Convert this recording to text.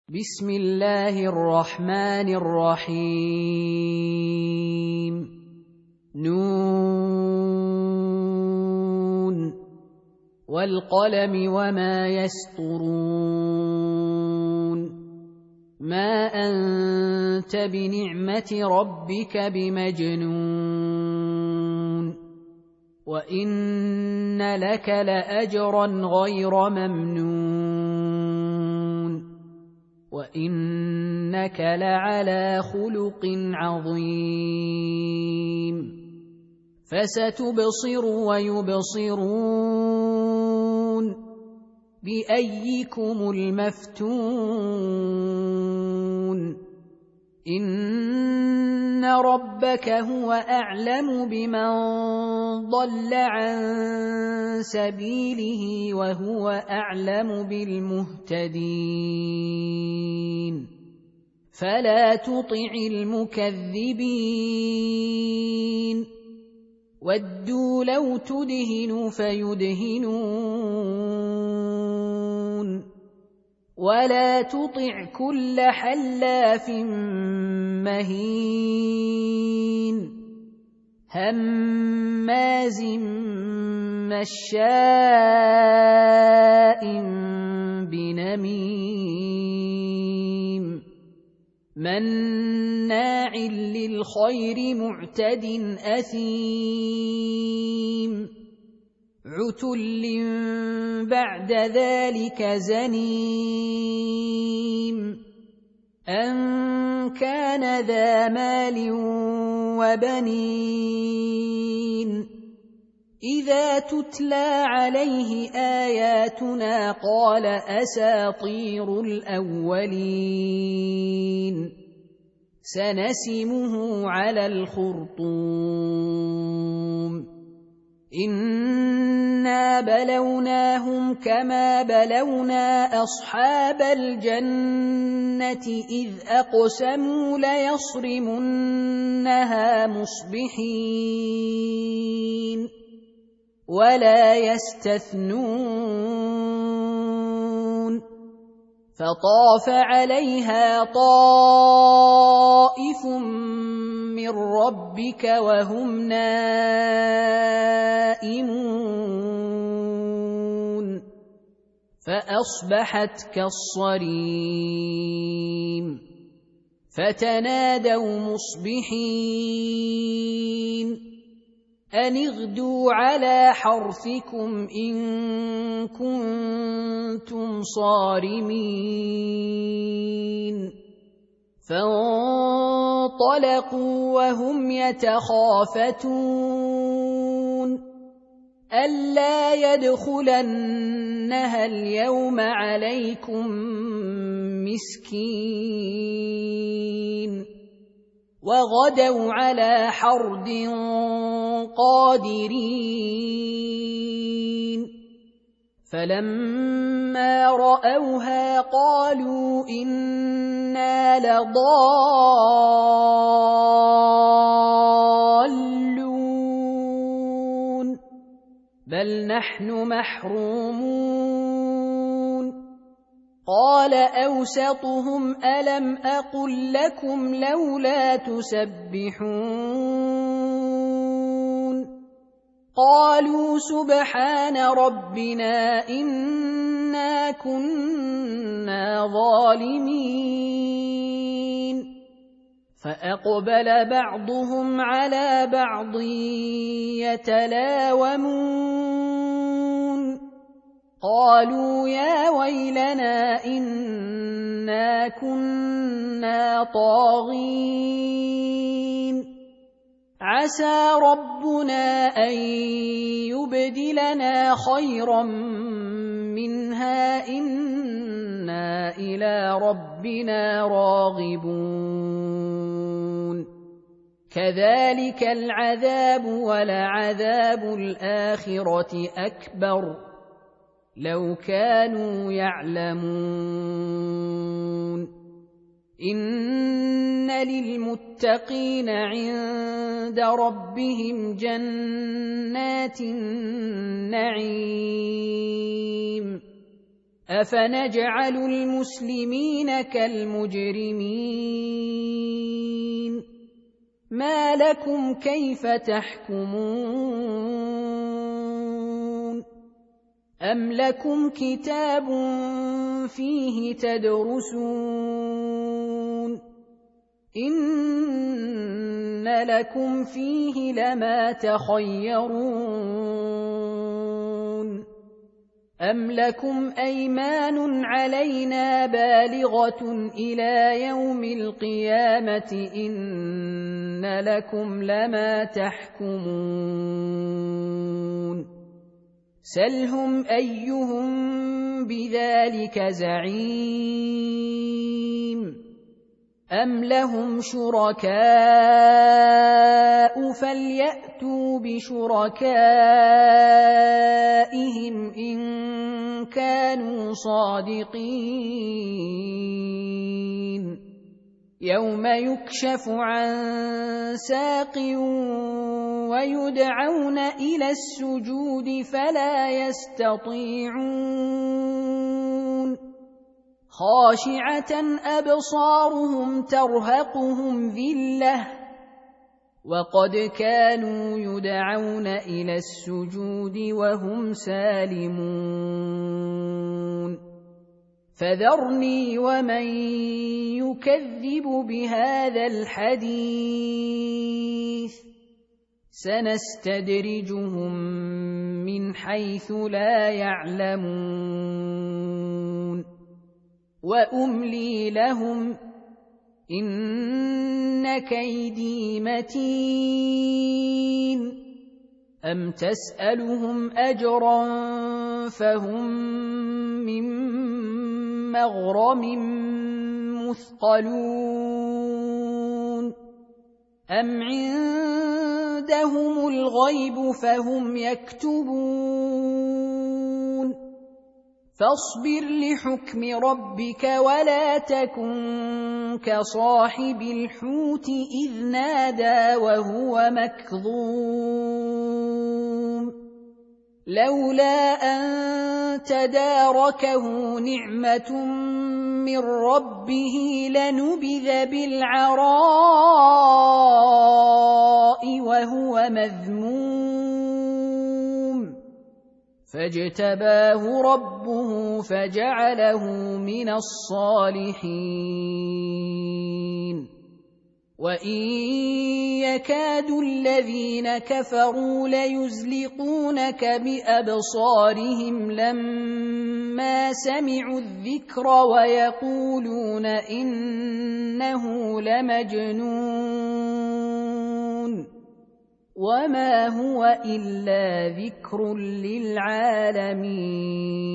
بسم الله الرحمن الرحيم. نون والقلم وما يسطرون. ما أنت بنعمة ربك بمجنون وإن لك لأجرا غير ممنون وإنك لعلى خلق عظيم. فستبصر ويبصرون بأيكم المفتون. إن ربك هو أعلم بمن ضل عن سبيله وهو أعلم بالمهتدين. فلا تطع المكذبين ودوا لو تدهن فيدهنون ولا تطع كل حلاف مهين هماز مشاء بنميم مناع للخير معتد أثيم عتل بعد ذلك زنيم أن كان ذا مال وبنين إذا تتلى عليه آياتنا قال أساطير الأولين سنسمه على الخرطوم. إنا بلوناهم كما بلونا أصحاب الجنة إذ أقسموا ليصرمنها مصبحين ولا يستثنون فطاف عليها طائف من ربك وهم نائمون فأصبحت كالصريم. فتنادوا مصبحين أن اغدوا على حرثكم إن كنتم صارمين. فانطلقوا وهم يتخافتون ألا يدخلنها اليوم عليكم مسكين وغدوا على حرد قادرين. فلما رأوها قالوا إنا لضالون بل نحن محرومون. قال أوسطهم ألم أقل لكم لولا تسبحون قالوا سبحان ربنا إنا كنا ظالمين. فأقبل بعضهم على بعض يتلاومون قالوا يا ويلنا إنا كنا طاغين عسى ربنا أن يبدلنا خيرا منها إنا إلى ربنا راغبون. كذلك العذاب ولعذاب الآخرة أكبر لو كانوا يعلمون. إن للمتقين عند ربهم جنات النعيم أفنجعل المسلمين كالمجرمين ما لكم كيف تحكمون أم لكم كتاب فيه تدرسون إن لكم فيه لما تخيرون أم لكم أيمان علينا بالغة إلى يوم القيامة إن لكم لما تحكمون سلهم أيهم بذلك زعيم أم لهم شركاء فليأتوا بشركائهم إن كانوا صادقين يوم يكشف عن ساق ويدعون إلى السجود فلا يستطيعون خاشعة أبصارهم ترهقهم ذلة وقد كانوا يدعون إلى السجود وهم سالمون فذرني ومن يكذب بهذا الحديث سنستدرجهم من حيث لا يعلمون وأملي لهم إن كيدي متين أم تسألهم أجرا فهم من مغرم مثقلون أم عندهم الغيب فهم يكتبون فاصبر لحكم ربك ولا تكن كصاحب الحوت إذ نادى وهو مكظوم لولا أن تداركه نعمة من ربه لنبذ بالعراء وهو مذموم فاجتباه ربه فجعله من الصالحين وإن يكاد الذين كفروا ليزلقونك بأبصارهم لما سمعوا الذكر ويقولون إنه لمجنون وما هو إلا ذكر للعالمين